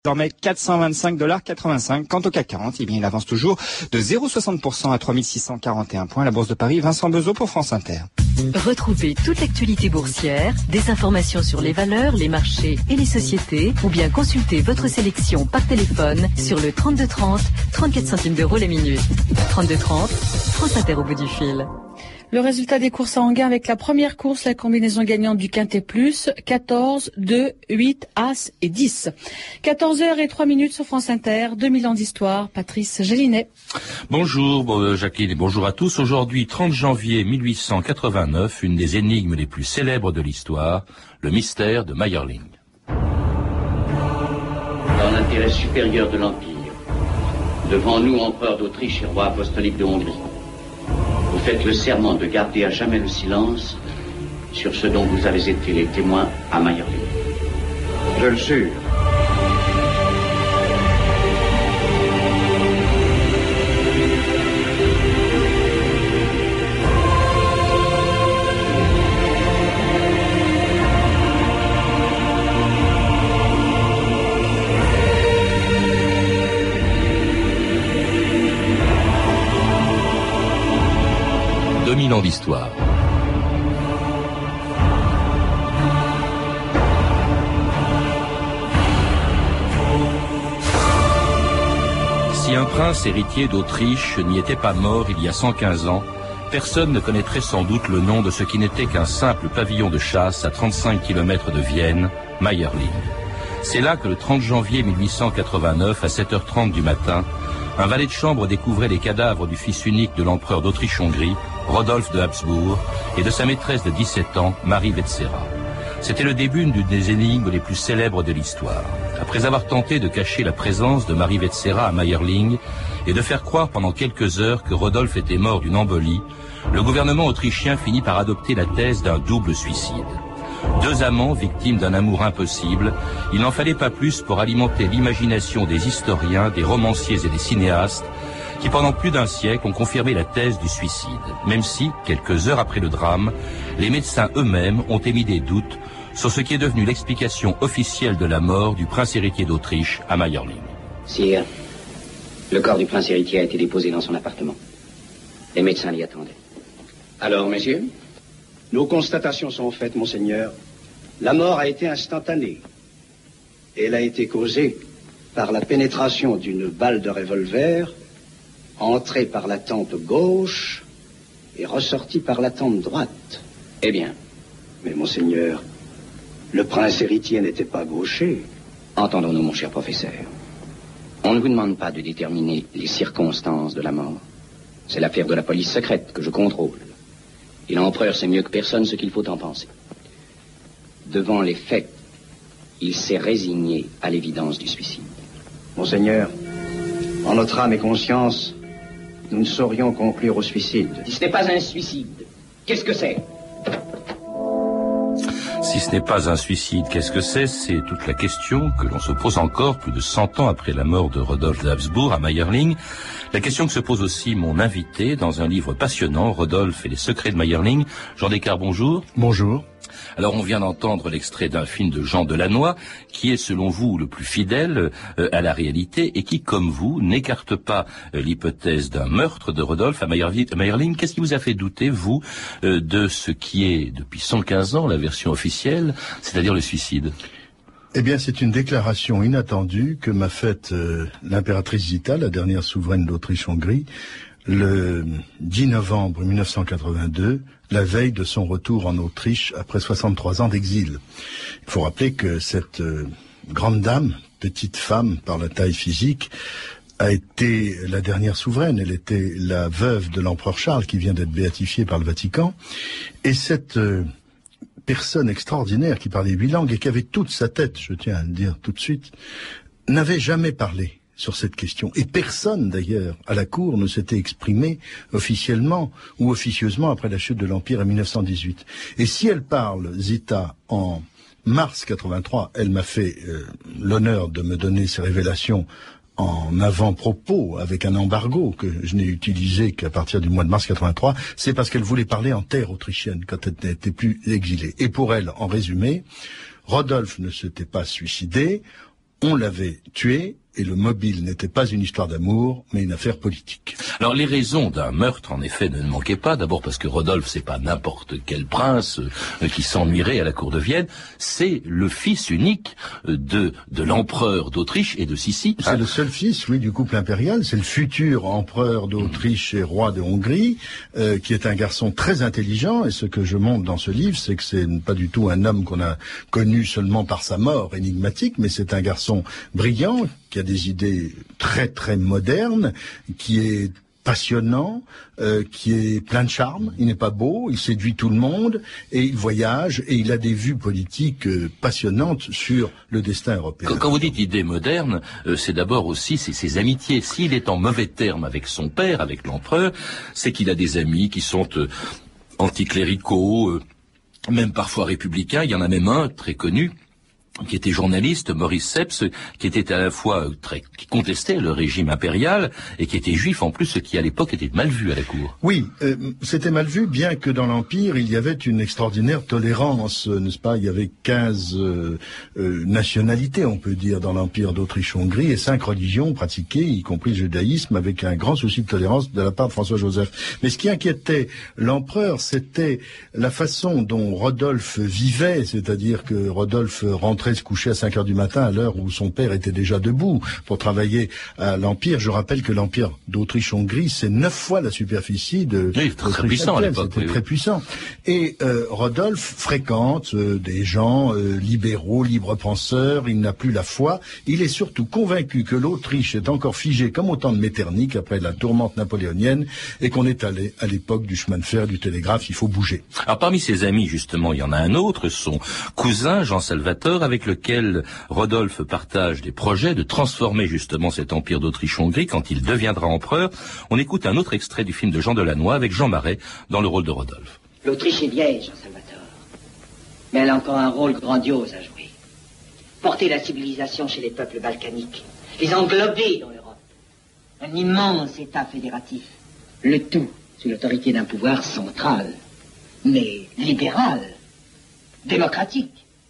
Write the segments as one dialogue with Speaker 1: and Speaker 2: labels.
Speaker 1: Désormais 425,85 $. Quant au CAC 40, eh bien, il avance toujours de 0,60% à 3641 points. La Bourse de Paris, Vincent Beuzot pour France Inter.
Speaker 2: Retrouvez toute l'actualité boursière, des informations sur les valeurs, les marchés et les sociétés, ou bien consultez votre sélection par téléphone sur le 3230, 34 centimes d'euros la minute. 3230, France Inter au bout du fil.
Speaker 3: Le résultat des courses à Enghien avec la première course, la combinaison gagnante du Quintet Plus, 14, 2, 8, As et 10. 14h03 sur France Inter, 2000 ans d'histoire, Patrice Gélinet.
Speaker 4: Bonjour Jacqueline et bonjour à tous. Aujourd'hui, 30 janvier 1889, une des énigmes les plus célèbres de l'histoire, le mystère de Mayerling.
Speaker 5: Dans l'intérêt supérieur de l'Empire, devant nous, empereur d'Autriche et roi apostolique de Hongrie, vous faites le serment de garder à jamais le silence sur ce dont vous avez été les témoins à Mayerling.
Speaker 6: Je le jure.
Speaker 4: Ans d'histoire. Si un prince héritier d'Autriche n'y était pas mort il y a 115 ans, personne ne connaîtrait sans doute le nom de ce qui n'était qu'un simple pavillon de chasse à 35 km de Vienne, Mayerling. C'est là que le 30 janvier 1889, à 7h30 du matin, un valet de chambre découvrait les cadavres du fils unique de l'empereur d'Autriche-Hongrie, Rodolphe de Habsbourg, et de sa maîtresse de 17 ans, Marie Vetsera. C'était le début d'une des énigmes les plus célèbres de l'histoire. Après avoir tenté de cacher la présence de Marie Vetsera à Mayerling et de faire croire pendant quelques heures que Rodolphe était mort d'une embolie, le gouvernement autrichien finit par adopter la thèse d'un double suicide. Deux amants victimes d'un amour impossible, il n'en fallait pas plus pour alimenter l'imagination des historiens, des romanciers et des cinéastes qui pendant plus d'un siècle ont confirmé la thèse du suicide, même si, quelques heures après le drame, les médecins eux-mêmes ont émis des doutes sur ce qui est devenu l'explication officielle de la mort du prince héritier d'Autriche à Mayerling.
Speaker 5: Sire, le corps du prince héritier a été déposé dans son appartement. Les médecins l'y attendaient. Alors, messieurs ?
Speaker 6: Nos constatations sont faites, monseigneur. La mort a été instantanée. Elle a été causée par la pénétration d'une balle de revolver entrée par la tempe gauche et ressortie par la tempe droite.
Speaker 5: Eh bien.
Speaker 6: Mais monseigneur, le prince héritier n'était pas gaucher.
Speaker 5: Entendons-nous, mon cher professeur. On ne vous demande pas de déterminer les circonstances de la mort. C'est l'affaire de la police secrète que je contrôle. Et l'empereur sait mieux que personne ce qu'il faut en penser. Devant les faits, il s'est résigné à l'évidence du suicide.
Speaker 6: Monseigneur, en notre âme et conscience, nous ne saurions conclure au suicide.
Speaker 5: Si ce n'est pas un suicide, qu'est-ce que c'est ?
Speaker 4: Si ce n'est pas un suicide, qu'est-ce que c'est ? C'est toute la question que l'on se pose encore plus de 100 ans après la mort de Rodolphe d'Habsbourg à Mayerling. La question que se pose aussi mon invité dans un livre passionnant, Rodolphe et les secrets de Mayerling. Jean Descartes, bonjour.
Speaker 7: Bonjour.
Speaker 4: Alors on vient d'entendre l'extrait d'un film de Jean Delannoy qui est selon vous le plus fidèle à la réalité et qui, comme vous, n'écarte pas l'hypothèse d'un meurtre de Rodolphe à Mayerling. Qu'est-ce qui vous a fait douter, vous, de ce qui est depuis 115 ans la version officielle, c'est-à-dire le suicide ?
Speaker 7: Eh bien, c'est une déclaration inattendue que m'a faite l'impératrice Zita, la dernière souveraine d'Autriche-Hongrie, le 10 novembre 1982, la veille de son retour en Autriche après 63 ans d'exil. Il faut rappeler que cette grande dame, petite femme par la taille physique, a été la dernière souveraine. Elle était la veuve de l'empereur Charles qui vient d'être béatifié par le Vatican. Et cette personne extraordinaire qui parlait 8 langues et qui avait toute sa tête, je tiens à le dire tout de suite, n'avait jamais parlé sur cette question. Et personne, d'ailleurs, à la cour ne s'était exprimé officiellement ou officieusement après la chute de l'Empire en 1918. Et si elle parle, Zita, en mars 83, elle m'a fait l'honneur de me donner ces révélations en avant-propos, avec un embargo que je n'ai utilisé qu'à partir du mois de mars 83, c'est parce qu'elle voulait parler en terre autrichienne quand elle n'était plus exilée. Et pour elle, en résumé, Rodolphe ne s'était pas suicidé. on l'avait tué, et le mobile n'était pas une histoire d'amour, mais une affaire politique.
Speaker 4: Alors les raisons d'un meurtre, en effet, ne manquaient pas. D'abord parce que Rodolphe, c'est pas n'importe quel prince qui s'ennuierait à la cour de Vienne. C'est le fils unique de l'empereur d'Autriche et de Sicile.
Speaker 7: C'est le seul fils, oui, du couple impérial. C'est le futur empereur d'Autriche et roi de Hongrie, qui est un garçon très intelligent. Et ce que je montre dans ce livre, c'est que c'est pas du tout un homme qu'on a connu seulement par sa mort énigmatique, mais c'est un garçon brillant, qui a des idées très très modernes, qui est passionnant, qui est plein de charme. Il n'est pas beau, il séduit tout le monde, et il voyage, et il a des vues politiques passionnantes sur le destin européen.
Speaker 4: Quand vous dites idées modernes, c'est d'abord aussi ses amitiés. S'il est en mauvais termes avec son père, avec l'empereur, c'est qu'il a des amis qui sont anticléricaux, même parfois républicains. Il y en a même un très connu, qui était journaliste, Maurice Seps, qui était à la fois qui contestait le régime impérial et qui était juif en plus, ce qui à l'époque était mal vu à la cour.
Speaker 7: Oui, c'était mal vu, bien que dans l'Empire, il y avait une extraordinaire tolérance, n'est-ce pas? Il y avait 15 nationalités, on peut dire, dans l'Empire d'Autriche-Hongrie, et 5 religions pratiquées, y compris le judaïsme, avec un grand souci de tolérance de la part de François-Joseph. Mais ce qui inquiétait l'empereur, c'était la façon dont Rodolphe vivait, c'est-à-dire que Rodolphe rentrait se coucher à 5 heures du matin à l'heure où son père était déjà debout pour travailler à l'Empire. Je rappelle que l'Empire d'Autriche-Hongrie, c'est 9 fois la superficie de...
Speaker 4: Oui, très puissant à l'époque.
Speaker 7: C'était très puissant. Et Rodolphe fréquente des gens libéraux, libre-penseurs, il n'a plus la foi. Il est surtout convaincu que l'Autriche est encore figée comme au temps de Metternich, après la tourmente napoléonienne, et qu'on est allé à l'époque du chemin de fer, du télégraphe, il faut bouger.
Speaker 4: Alors parmi ses amis, justement, il y en a un autre, son cousin, Jean Salvatore, avec lequel Rodolphe partage des projets de transformer justement cet empire d'Autriche-Hongrie quand il deviendra empereur. On écoute un autre extrait du film de Jean Delannoy avec Jean Marais dans le rôle de Rodolphe.
Speaker 8: L'Autriche est vieille, Jean Salvatore, mais elle a encore un rôle grandiose à jouer. Porter la civilisation chez les peuples balkaniques, les englober dans l'Europe. Un immense État fédératif. Le tout sous l'autorité d'un pouvoir central, mais libéral, démocratique.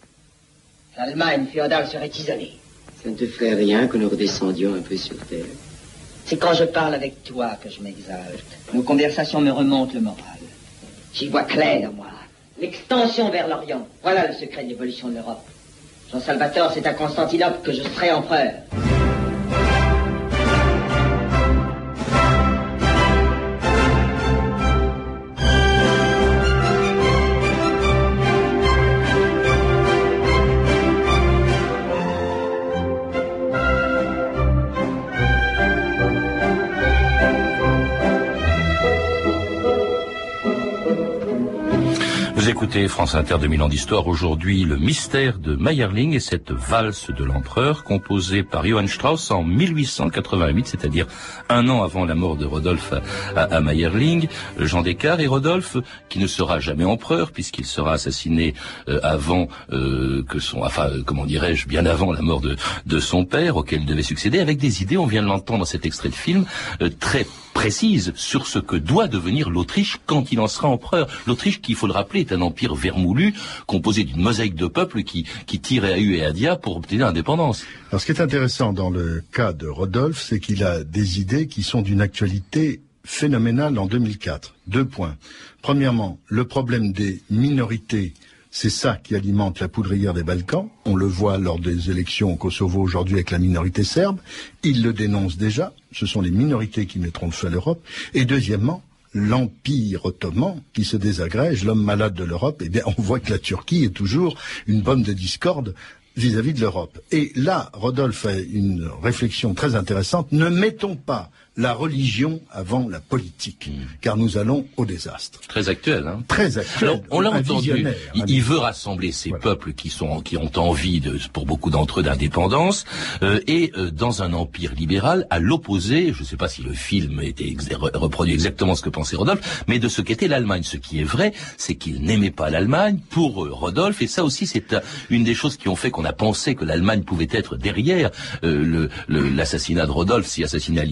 Speaker 8: L'Allemagne féodale serait isolée.
Speaker 9: Ça ne te ferait rien que nous redescendions un peu sur terre?
Speaker 8: C'est quand je parle avec toi que je m'exalte. Nos conversations me remontent le moral. J'y vois clair, moi. L'extension vers l'Orient. Voilà le secret de l'évolution de l'Europe. Jean Salvatore, c'est à Constantinople que je serai empereur.
Speaker 4: Vous écoutez France Inter 2000 ans d'histoire. Aujourd'hui, le mystère de Mayerling et cette valse de l'empereur composée par Johann Strauss en 1888, c'est-à-dire un an avant la mort de Rodolphe à Mayerling. Jean Descartes et Rodolphe, qui ne sera jamais empereur puisqu'il sera assassiné avant bien avant la mort de son père, auquel il devait succéder, avec des idées, on vient de l'entendre dans cet extrait de film, très précises sur ce que doit devenir l'Autriche quand il en sera empereur. L'Autriche, qui, il faut le rappeler, est un empire vermoulu, composé d'une mosaïque de peuples qui tiraient à hue et à dia pour obtenir l'indépendance.
Speaker 7: Alors, ce qui est intéressant dans le cas de Rodolphe, c'est qu'il a des idées qui sont d'une actualité phénoménale en 2004. 2 points. Premièrement, le problème des minorités, c'est ça qui alimente la poudrière des Balkans. On le voit lors des élections au Kosovo aujourd'hui avec la minorité serbe. Il le dénonce déjà. Ce sont les minorités qui mettront le feu à l'Europe. Et deuxièmement, l'Empire ottoman qui se désagrège, l'homme malade de l'Europe. Eh bien, on voit que la Turquie est toujours une bombe de discorde vis-à-vis de l'Europe. Et là, Rodolphe a une réflexion très intéressante. Ne mettons pas la religion avant la politique, car nous allons au désastre.
Speaker 4: Très actuel, hein.
Speaker 7: Très actuel.
Speaker 4: Alors, on l'a entendu. Il veut rassembler ces peuples qui ont envie pour beaucoup d'entre eux d'indépendance, et dans un empire libéral, à l'opposé, je ne sais pas si le film reproduit exactement ce que pensait Rodolphe, mais de ce qu'était l'Allemagne. Ce qui est vrai, c'est qu'il n'aimait pas l'Allemagne pour Rodolphe, et ça aussi, c'est une des choses qui ont fait qu'on a pensé que l'Allemagne pouvait être derrière l'assassinat de Rodolphe, si assassinat il y a eu.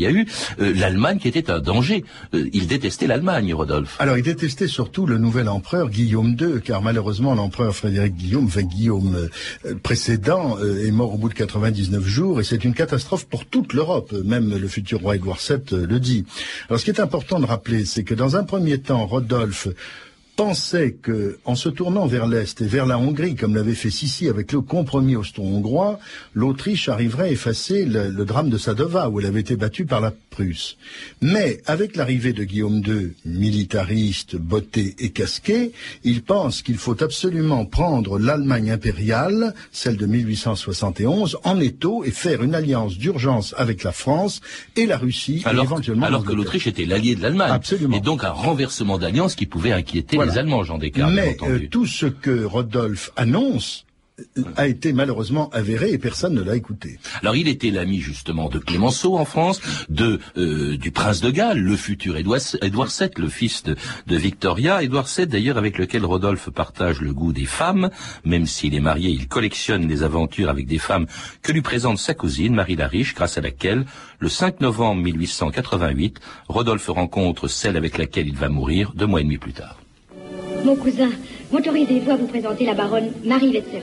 Speaker 4: l'Allemagne qui était un danger. Il détestait l'Allemagne, Rodolphe.
Speaker 7: Alors, il détestait surtout le nouvel empereur Guillaume II, car malheureusement, l'empereur Frédéric Guillaume précédent, est mort au bout de 99 jours, et c'est une catastrophe pour toute l'Europe. Même le futur roi Édouard VII le dit. Alors, ce qui est important de rappeler, c'est que dans un premier temps, Rodolphe pensait que, en se tournant vers l'Est et vers la Hongrie, comme l'avait fait Sissi avec le compromis austro-hongrois, l'Autriche arriverait à effacer le drame de Sadova, où elle avait été battue par la Prusse. Mais, avec l'arrivée de Guillaume II, militariste, botté et casqué, il pense qu'il faut absolument prendre l'Allemagne impériale, celle de 1871, en étau et faire une alliance d'urgence avec la France et la Russie, et éventuellement
Speaker 4: alors que l'Autriche était l'allié de l'Allemagne.
Speaker 7: Absolument.
Speaker 4: Et donc un renversement d'alliance qui pouvait inquiéter les Allemands, Jean Descartes.
Speaker 7: Mais tout ce que Rodolphe annonce a été malheureusement avéré et personne ne l'a écouté.
Speaker 4: Alors il était l'ami justement de Clémenceau en France, du prince de Galles, le futur Édouard VII, le fils de Victoria. Édouard VII d'ailleurs avec lequel Rodolphe partage le goût des femmes. Même s'il est marié, il collectionne les aventures avec des femmes que lui présente sa cousine Marie la Riche, grâce à laquelle, le 5 novembre 1888, Rodolphe rencontre celle avec laquelle il va mourir 2 mois et demi plus tard.
Speaker 10: Mon cousin, m'autorisez-vous à vous présenter la baronne Marie Vetsera?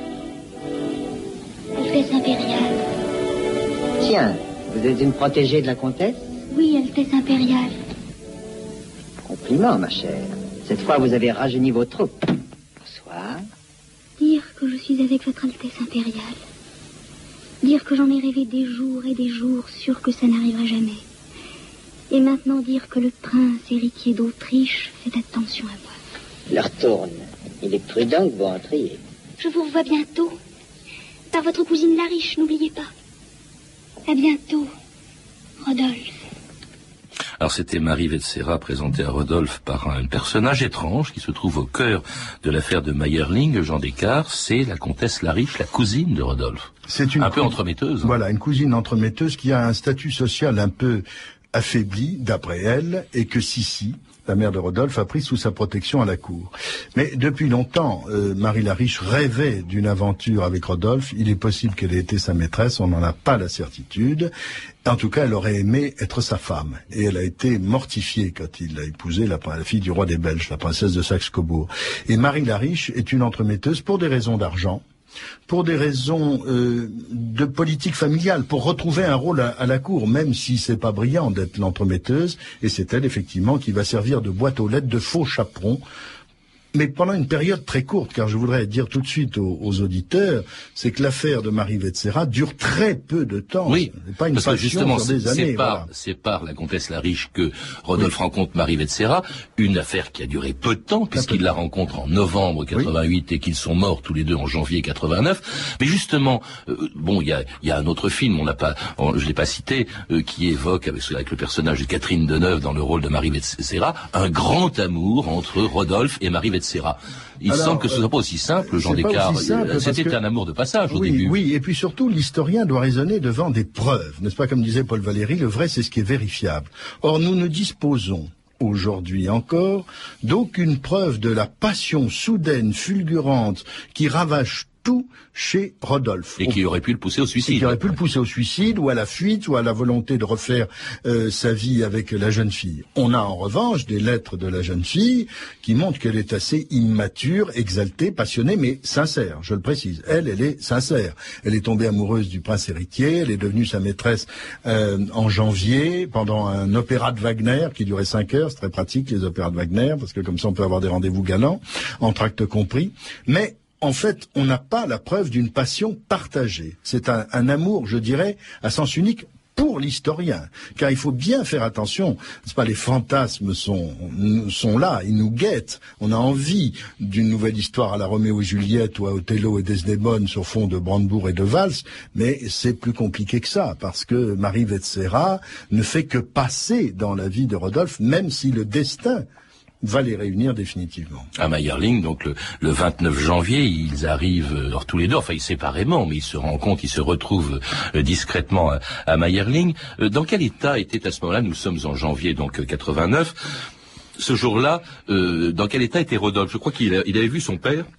Speaker 11: Altesse impériale.
Speaker 8: Tiens, vous êtes une protégée de la comtesse?
Speaker 11: Oui, Altesse impériale.
Speaker 8: Compliment, ma chère. Cette fois, vous avez rajeuni vos troupes. Bonsoir.
Speaker 11: Dire que je suis avec votre Altesse impériale. Dire que j'en ai rêvé des jours et des jours, sûr que ça n'arrivera jamais. Et maintenant dire que le prince héritier d'Autriche fait attention à moi.
Speaker 8: L'heure tourne. Il est prudent que vous rentriez.
Speaker 11: Je vous revois bientôt. Par votre cousine la Riche, n'oubliez pas. À bientôt, Rodolphe.
Speaker 4: Alors c'était Marie Vetsera présentée à Rodolphe par un personnage étrange qui se trouve au cœur de l'affaire de Mayerling, Jean Descartes, c'est la comtesse la Riche, la cousine de Rodolphe.
Speaker 7: C'est un
Speaker 4: peu entremetteuse.
Speaker 7: Voilà, une cousine entremetteuse qui a un statut social un peu affaibli, d'après elle, et que Sissi, la mère de Rodolphe, a pris sous sa protection à la cour. Mais depuis longtemps, Marie la Riche rêvait d'une aventure avec Rodolphe. Il est possible qu'elle ait été sa maîtresse, on n'en a pas la certitude. En tout cas, elle aurait aimé être sa femme. Et elle a été mortifiée quand il a épousé la fille du roi des Belges, la princesse de Saxe-Cobourg. Et Marie la Riche est une entremetteuse pour des raisons d'argent, pour des raisons de politique familiale, pour retrouver un rôle à la cour, même si c'est pas brillant d'être l'entremetteuse, et c'est elle effectivement qui va servir de boîte aux lettres, de faux chaperon, mais pendant une période très courte, car je voudrais dire tout de suite aux auditeurs, c'est que l'affaire de Marie Vetsera dure très peu de temps.
Speaker 4: Oui,
Speaker 7: pas une
Speaker 4: parce que justement,
Speaker 7: sur des années.
Speaker 4: C'est par la comtesse la Riche que Rodolphe rencontre Marie Vetsera, une affaire qui a duré peu de temps, puisqu'il la rencontre en novembre 88 et qu'ils sont morts tous les deux en janvier 89. Mais justement, il y a un autre film, je l'ai pas cité, qui évoque avec le personnage de Catherine Deneuve dans le rôle de Marie Vetsera, un grand amour entre Rodolphe et Marie Vetsera. Il semble que ce soit pas aussi simple, Jean Descartes. C'était un amour de passage au début.
Speaker 7: Oui, et puis surtout, l'historien doit raisonner devant des preuves, n'est-ce pas, comme disait Paul Valéry, le vrai c'est ce qui est vérifiable. Or, nous ne disposons aujourd'hui encore d'aucune preuve de la passion soudaine, fulgurante, qui ravage tout chez Rodolphe.
Speaker 4: Et qui aurait pu le pousser au suicide.
Speaker 7: Qui aurait pu le pousser au suicide, ou à la fuite, ou à la volonté de refaire sa vie avec la jeune fille. On a en revanche des lettres de la jeune fille qui montrent qu'elle est assez immature, exaltée, passionnée, mais sincère, je le précise. Elle est sincère. Elle est tombée amoureuse du prince héritier, elle est devenue sa maîtresse en janvier, pendant un opéra de Wagner qui durait 5 heures. C'est très pratique, les opéras de Wagner, parce que comme ça on peut avoir des rendez-vous galants, entr'actes compris. Mais en fait, on n'a pas la preuve d'une passion partagée. C'est un amour, je dirais, à sens unique pour l'historien. Car il faut bien faire attention. C'est pas, les fantasmes sont là, ils nous guettent. On a envie d'une nouvelle histoire à la Roméo et Juliette ou à Othello et Desdémone sur fond de Brandebourg et de valse. Mais c'est plus compliqué que ça, parce que Marie Vetsera ne fait que passer dans la vie de Rodolphe, même si le destin va les réunir définitivement.
Speaker 4: À Mayerling, donc le 29 janvier, ils arrivent, alors tous les deux, enfin séparément, mais ils se rencontrent, ils se retrouvent discrètement à Mayerling. Dans quel état était à ce moment-là, nous sommes en janvier donc 89, ce jour-là, dans quel état était Rodolphe? Je crois qu'il avait vu son père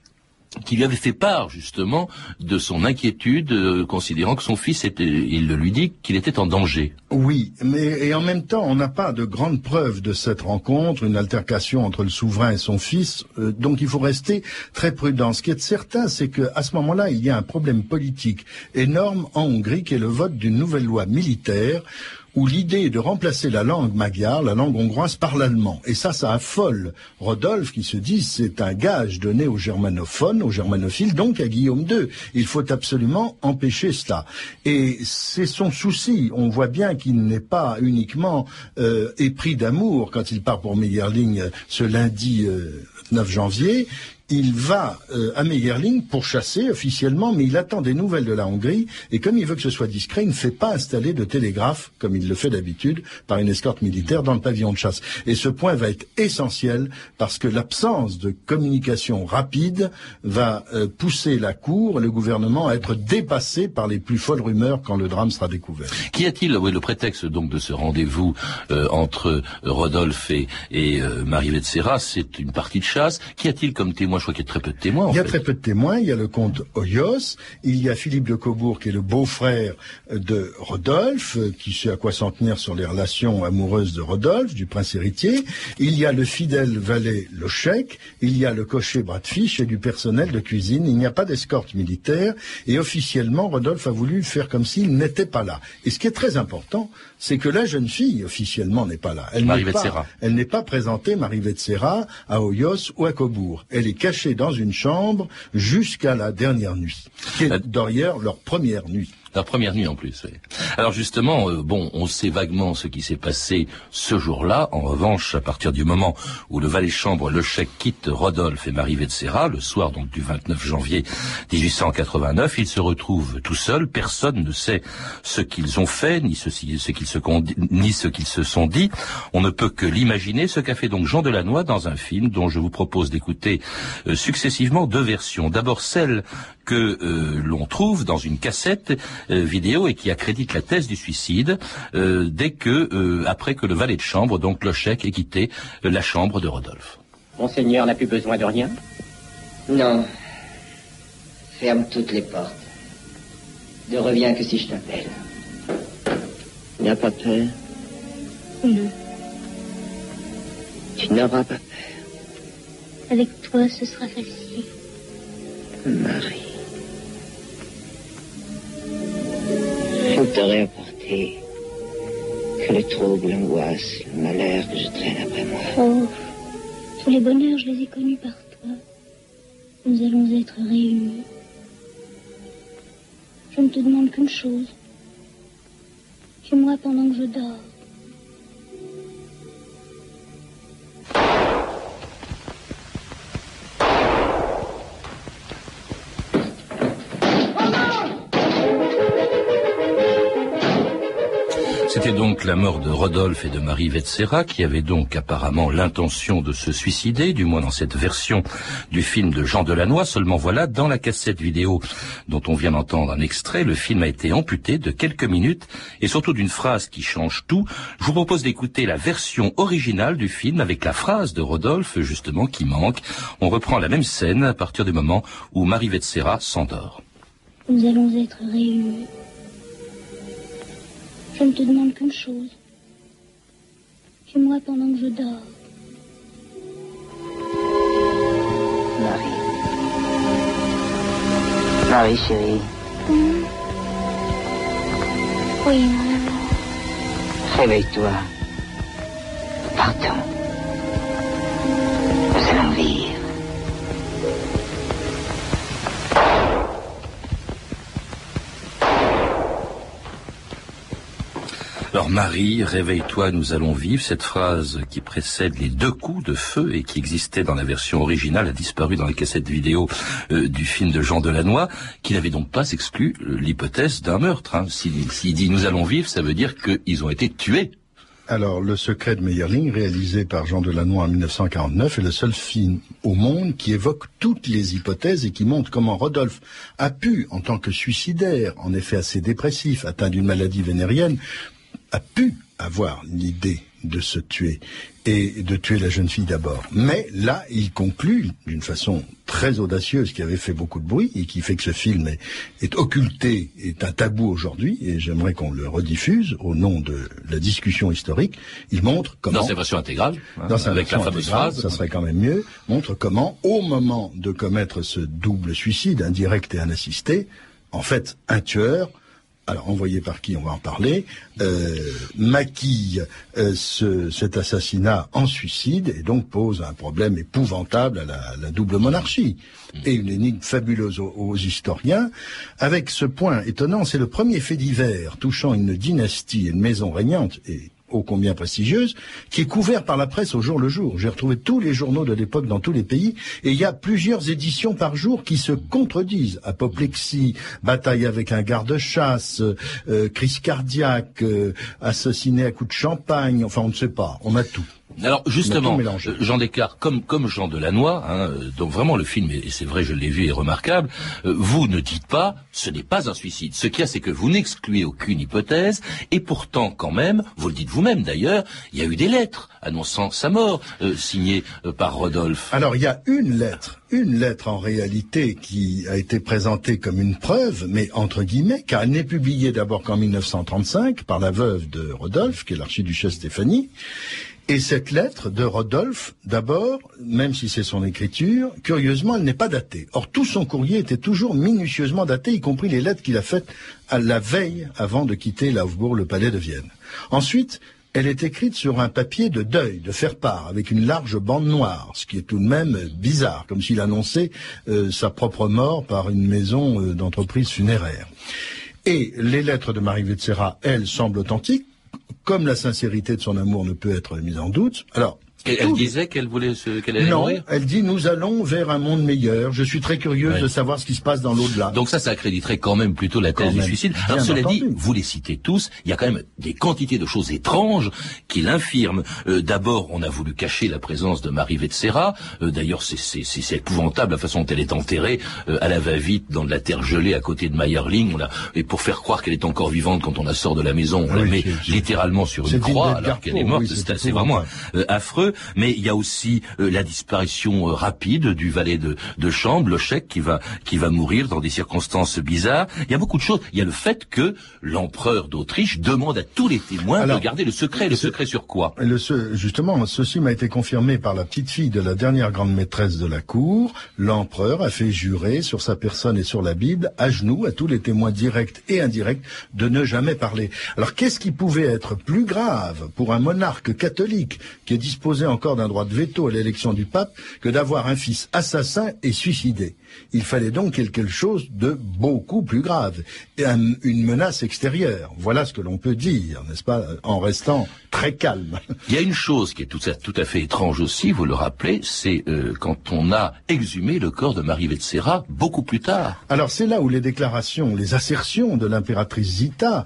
Speaker 4: qui lui avait fait part, justement, de son inquiétude, considérant que son fils était, il le lui dit, qu'il était en danger.
Speaker 7: Oui, et en même temps, on n'a pas de grandes preuves de cette rencontre, une altercation entre le souverain et son fils, donc il faut rester très prudent. Ce qui est certain, c'est qu'à ce moment-là, il y a un problème politique énorme en Hongrie, qui est le vote d'une nouvelle loi militaire, où l'idée est de remplacer la langue magyare, la langue hongroise, par l'allemand. Et ça affole Rodolphe, qui se dit c'est un gage donné aux germanophones, aux germanophiles, donc à Guillaume II. Il faut absolument empêcher cela. Et c'est son souci. On voit bien qu'il n'est pas uniquement épris d'amour quand il part pour Megerling ce lundi 9 janvier. Il va à Megerling pour chasser officiellement, mais il attend des nouvelles de la Hongrie, et comme il veut que ce soit discret, il ne fait pas installer de télégraphe, comme il le fait d'habitude, par une escorte militaire dans le pavillon de chasse. Et ce point va être essentiel, parce que l'absence de communication rapide va pousser la cour, le gouvernement, à être dépassé par les plus folles rumeurs quand le drame sera découvert.
Speaker 4: Qu'y a-t-il, le prétexte donc de ce rendez-vous entre Rodolphe et Marie Vetsera, c'est une partie de chasse. Qu'y a-t-il comme témoin? Je crois qu'il y a très peu de témoins.
Speaker 7: Il y a très peu de témoins. Il y a le comte Hoyos, il y a Philippe de Cobourg, qui est le beau-frère de Rodolphe, qui sait à quoi s'en tenir sur les relations amoureuses de Rodolphe, du prince héritier. Il y a le fidèle valet Lochek, il y a le cocher Bradfisch et du personnel de cuisine. Il n'y a pas d'escorte militaire, et officiellement, Rodolphe a voulu faire comme s'il n'était pas là. Et ce qui est très important, c'est que la jeune fille, officiellement, n'est pas là. Elle n'est pas présentée, Marie Vetsera, à Hoyos ou à Cobourg. Elle est cachée dans une chambre jusqu'à la dernière nuit, qui est d'ailleurs leur première nuit.
Speaker 4: La première nuit en plus, oui. Alors justement, on sait vaguement ce qui s'est passé ce jour-là. En revanche, à partir du moment où le valet-chambre Lochek quitte Rodolphe et Marie Vetsera, le soir donc du 29 janvier 1889, ils se retrouvent tout seuls. Personne ne sait ce qu'ils ont fait, ni ce qu'ils se sont dit. On ne peut que l'imaginer, ce qu'a fait donc Jean Delannoy dans un film dont je vous propose d'écouter successivement deux versions. D'abord celle que l'on trouve dans une cassette vidéo et qui accrédite la thèse du suicide après que le valet de chambre, donc Lochek, ait quitté la chambre de Rodolphe.
Speaker 8: Monseigneur n'a plus besoin de rien? Non. Ferme toutes les portes. Ne reviens que si je t'appelle. Il n'y a pas peur?
Speaker 11: Non.
Speaker 8: Tu n'auras pas peur.
Speaker 11: Avec toi, ce sera facile.
Speaker 8: Marie. Je ne t'aurais apporté que le trouble, l'angoisse, le malheur que je traîne après moi.
Speaker 11: Oh, tous les bonheurs, je les ai connus par toi. Nous allons être réunis. Je ne te demande qu'une chose. Tue-moi pendant que je dors.
Speaker 4: C'était donc la mort de Rodolphe et de Marie Vetsera, qui avaient donc apparemment l'intention de se suicider, du moins dans cette version du film de Jean Delannoy. Seulement voilà, dans la cassette vidéo dont on vient d'entendre un extrait, le film a été amputé de quelques minutes et surtout d'une phrase qui change tout. Je vous propose d'écouter la version originale du film avec la phrase de Rodolphe, justement, qui manque. On reprend la même scène à partir du moment où Marie Vetsera s'endort.
Speaker 11: Nous allons être réunis. Je ne te demande qu'une chose. Tue-moi pendant que je dors.
Speaker 8: Marie. Marie, chérie.
Speaker 11: Oui, mon amour.
Speaker 8: Réveille-toi. Partons. Nous allons vivre.
Speaker 4: Alors Marie, réveille-toi, nous allons vivre. Cette phrase qui précède les deux coups de feu et qui existait dans la version originale a disparu dans les cassettes vidéo du film de Jean Delannoy, qui n'avait donc pas exclu l'hypothèse d'un meurtre. Hein. S'il dit nous allons vivre, ça veut dire qu'ils ont été tués.
Speaker 7: Alors, Le secret de Megerling, réalisé par Jean Delannoy en 1949, est le seul film au monde qui évoque toutes les hypothèses et qui montre comment Rodolphe a pu, en tant que suicidaire, en effet assez dépressif, atteint d'une maladie vénérienne, a pu avoir l'idée de se tuer et de tuer la jeune fille d'abord. Mais là, il conclut d'une façon très audacieuse qui avait fait beaucoup de bruit et qui fait que ce film est occulté, est un tabou aujourd'hui, et j'aimerais qu'on le rediffuse au nom de la discussion historique. Il montre comment...
Speaker 4: Dans sa version intégrale,
Speaker 7: avec la fameuse phrase, ça serait quand même mieux, montre comment, au moment de commettre ce double suicide, indirect et inassisté, en fait, un tueur, alors envoyé par qui, on va en parler, maquille cet assassinat en suicide et donc pose un problème épouvantable à la double monarchie. Et une énigme fabuleuse aux historiens, avec ce point étonnant, c'est le premier fait divers touchant une dynastie et une maison régnante, et ô combien prestigieuse, qui est couvert par la presse au jour le jour. J'ai retrouvé tous les journaux de l'époque dans tous les pays, et il y a plusieurs éditions par jour qui se contredisent. Apoplexie, bataille avec un garde-chasse, crise cardiaque, assassiné à coups de champagne, enfin on ne sait pas, on a tout.
Speaker 4: Alors justement, Jean Descartes, comme Jean Delannoy, donc vraiment le film, et c'est vrai, je l'ai vu, est remarquable, vous ne dites pas, ce n'est pas un suicide. Ce qu'il y a, c'est que vous n'excluez aucune hypothèse, et pourtant, quand même, vous le dites vous-même d'ailleurs, il y a eu des lettres annonçant sa mort, signées par Rodolphe.
Speaker 7: Alors il y a une lettre en réalité qui a été présentée comme une preuve, mais entre guillemets, car elle n'est publiée d'abord qu'en 1935 par la veuve de Rodolphe, qui est l'archiduchesse Stéphanie. Et cette lettre de Rodolphe, d'abord, même si c'est son écriture, curieusement, elle n'est pas datée. Or, tout son courrier était toujours minutieusement daté, y compris les lettres qu'il a faites à la veille avant de quitter Laufbourg, le palais de Vienne. Ensuite, elle est écrite sur un papier de deuil, de faire-part, avec une large bande noire, ce qui est tout de même bizarre, comme s'il annonçait sa propre mort par une maison d'entreprise funéraire. Et les lettres de Marie Vetsera, elles, semblent authentiques, comme la sincérité de son amour ne peut être mise en doute. Alors,
Speaker 4: elle disait qu'elle allait mourir ?
Speaker 7: Non, elle dit « Nous allons vers un monde meilleur. Je suis très curieuse de savoir ce qui se passe dans l'au-delà. »
Speaker 4: Donc ça accréditerait quand même plutôt la thèse du suicide. Alors cela dit, vous les citez tous, il y a quand même des quantités de choses étranges qui l'infirment. D'abord, on a voulu cacher la présence de Marie Vetsera. D'ailleurs, c'est épouvantable la façon dont elle est enterrée à la va-vite dans de la terre gelée à côté de Mayerling. Et pour faire croire qu'elle est encore vivante quand on la sort de la maison, on la met littéralement sur une croix alors qu'elle est morte. C'est vraiment affreux. Mais il y a aussi la disparition rapide du valet de chambre, Loschek, qui va mourir dans des circonstances bizarres. Il y a beaucoup de choses. Il y a le fait que l'empereur d'Autriche demande à tous les témoins de garder le secret. Le secret sur quoi ?
Speaker 7: Justement, ceci m'a été confirmé par la petite fille de la dernière grande maîtresse de la cour. L'empereur a fait jurer sur sa personne et sur la Bible, à genoux, à tous les témoins directs et indirects, de ne jamais parler. Alors qu'est-ce qui pouvait être plus grave pour un monarque catholique qui est disposé encore d'un droit de veto à l'élection du pape que d'avoir un fils assassin et suicidé? Il fallait donc quelque chose de beaucoup plus grave, et une menace extérieure. Voilà ce que l'on peut dire, n'est-ce pas, en restant très calme.
Speaker 4: Il y a une chose qui est tout à fait étrange aussi, vous le rappelez, c'est quand on a exhumé le corps de Marie Vetsera beaucoup plus tard.
Speaker 7: Alors c'est là où les déclarations, les assertions de l'impératrice Zita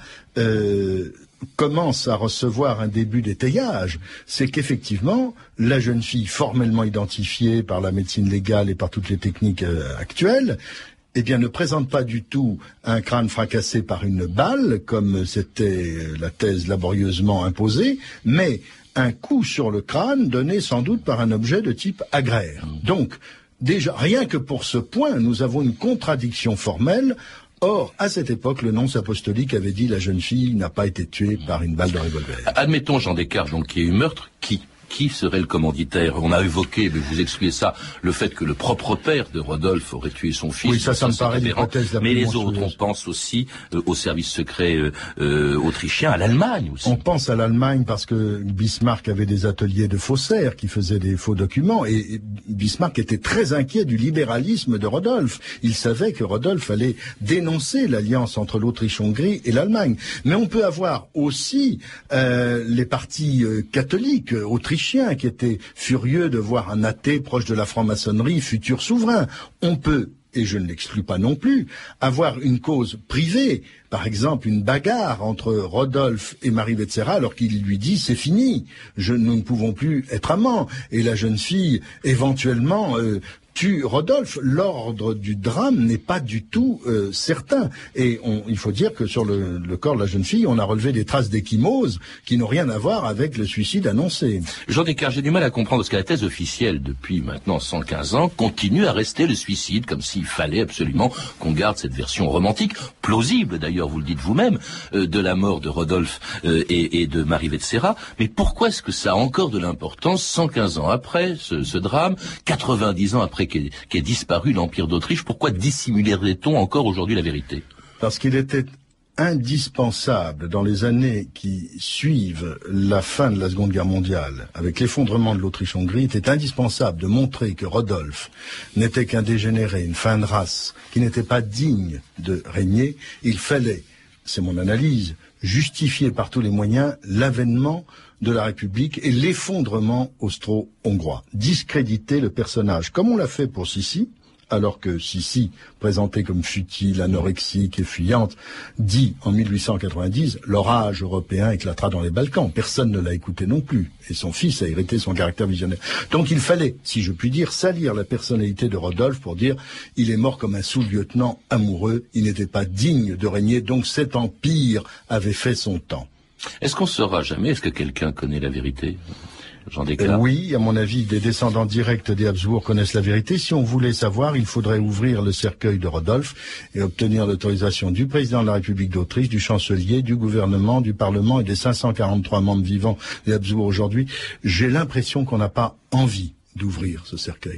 Speaker 7: commence à recevoir un début d'étayage, c'est qu'effectivement, la jeune fille formellement identifiée par la médecine légale et par toutes les techniques actuelles, eh bien, ne présente pas du tout un crâne fracassé par une balle, comme c'était la thèse laborieusement imposée, mais un coup sur le crâne donné sans doute par un objet de type agraire. Donc, déjà, rien que pour ce point, nous avons une contradiction formelle. Or, à cette époque, le nonce apostolique avait dit la jeune fille n'a pas été tuée par une balle de revolver.
Speaker 4: Admettons, Jean Descartes, donc, qu'il y ait eu meurtre, qui serait le commanditaire? On a évoqué, mais vous expliquez ça, le fait que le propre père de Rodolphe aurait tué son fils.
Speaker 7: Oui, ça me paraît l'hypothèse la plus
Speaker 4: Mais les autres, on pense aussi au service secret autrichien, à l'Allemagne aussi.
Speaker 7: On pense à l'Allemagne parce que Bismarck avait des ateliers de faussaires qui faisaient des faux documents, et Bismarck était très inquiet du libéralisme de Rodolphe. Il savait que Rodolphe allait dénoncer l'alliance entre l'Autriche-Hongrie et l'Allemagne. Mais on peut avoir aussi les partis catholiques autrichiens qui étaient furieux de voir un athée proche de la franc-maçonnerie futur souverain. On peut, et je ne l'exclus pas non plus, avoir une cause privée, par exemple une bagarre entre Rodolphe et Marie Vetsera, alors qu'il lui dit c'est fini, nous ne pouvons plus être amants, et la jeune fille éventuellement tue Rodolphe. L'ordre du drame n'est pas du tout certain. Et il faut dire que sur le corps de la jeune fille, on a relevé des traces d'ecchymose qui n'ont rien à voir avec le suicide annoncé.
Speaker 4: Jean Descartes, j'ai du mal à comprendre parce que la thèse officielle, depuis maintenant 115 ans, continue à rester le suicide, comme s'il fallait absolument qu'on garde cette version romantique, plausible d'ailleurs, vous le dites vous-même, de la mort de Rodolphe et de Marie Vetsera. Mais pourquoi est-ce que ça a encore de l'importance 115 ans après ce drame, 90 ans après qu'est disparu l'Empire d'Autriche? Pourquoi dissimulerait-on encore aujourd'hui la vérité?
Speaker 7: Parce qu'il était indispensable dans les années qui suivent la fin de la Seconde Guerre mondiale, avec l'effondrement de l'Autriche-Hongrie, il était indispensable de montrer que Rodolphe n'était qu'un dégénéré, une fin de race, qui n'était pas digne de régner. Il fallait, c'est mon analyse, justifier par tous les moyens l'avènement de la République et l'effondrement austro-hongrois. Discréditer le personnage, comme on l'a fait pour Sissi, alors que Sissi, présentée comme futile, anorexique et fuyante, dit en 1890 « L'orage européen éclatera dans les Balkans ». Personne ne l'a écouté non plus, et son fils a hérité son caractère visionnaire. Donc il fallait, si je puis dire, salir la personnalité de Rodolphe pour dire « Il est mort comme un sous-lieutenant amoureux, il n'était pas digne de régner, donc cet empire avait fait son temps ».
Speaker 4: Est-ce qu'on saura jamais, est-ce que quelqu'un connaît la vérité ? Jean Descartes.
Speaker 7: Oui, à mon avis, des descendants directs des Habsbourg connaissent la vérité. Si on voulait savoir, il faudrait ouvrir le cercueil de Rodolphe et obtenir l'autorisation du président de la République d'Autriche, du chancelier, du gouvernement, du Parlement et des 543 membres vivants des Habsbourg aujourd'hui. J'ai l'impression qu'on n'a pas envie d'ouvrir ce cercueil.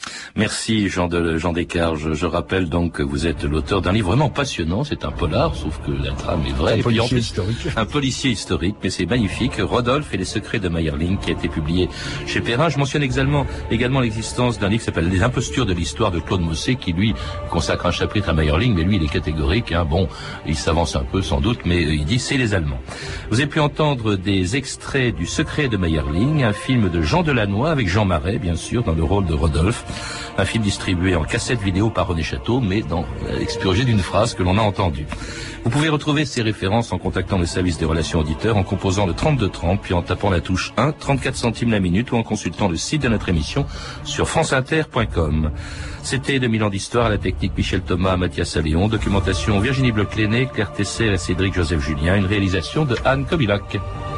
Speaker 4: Merci Jean Descartes. Je rappelle donc que vous êtes l'auteur d'un livre vraiment passionnant. C'est un polar, sauf que la trame est vraie.
Speaker 7: Un policier historique.
Speaker 4: Un policier historique, mais c'est magnifique. Rodolphe et les secrets de Mayerling, qui a été publié chez Perrin. Je mentionne également l'existence d'un livre qui s'appelle Les impostures de l'histoire de Claude Mossé, qui lui consacre un chapitre à Mayerling, mais lui il est catégorique. Bon, il s'avance un peu sans doute, mais il dit c'est les Allemands. Vous avez pu entendre des extraits du Secret de Mayerling, un film de Jean Delannoy avec Jean Marais, bien sûr, dans le rôle de Rodolphe. Un film distribué en cassette vidéo par René Château, mais dans expurgé d'une phrase que l'on a entendue. Vous pouvez retrouver ces références en contactant le service des relations auditeurs, en composant le 3230, puis en tapant la touche 1, 34 centimes la minute, ou en consultant le site de notre émission sur franceinter.com. C'était 2000 ans d'histoire, à la technique Michel Thomas, Mathias Alléon, documentation Virginie Bloch-Léné, Claire Tesser et Cédric Joseph Julien, une réalisation de Anne Kobilac.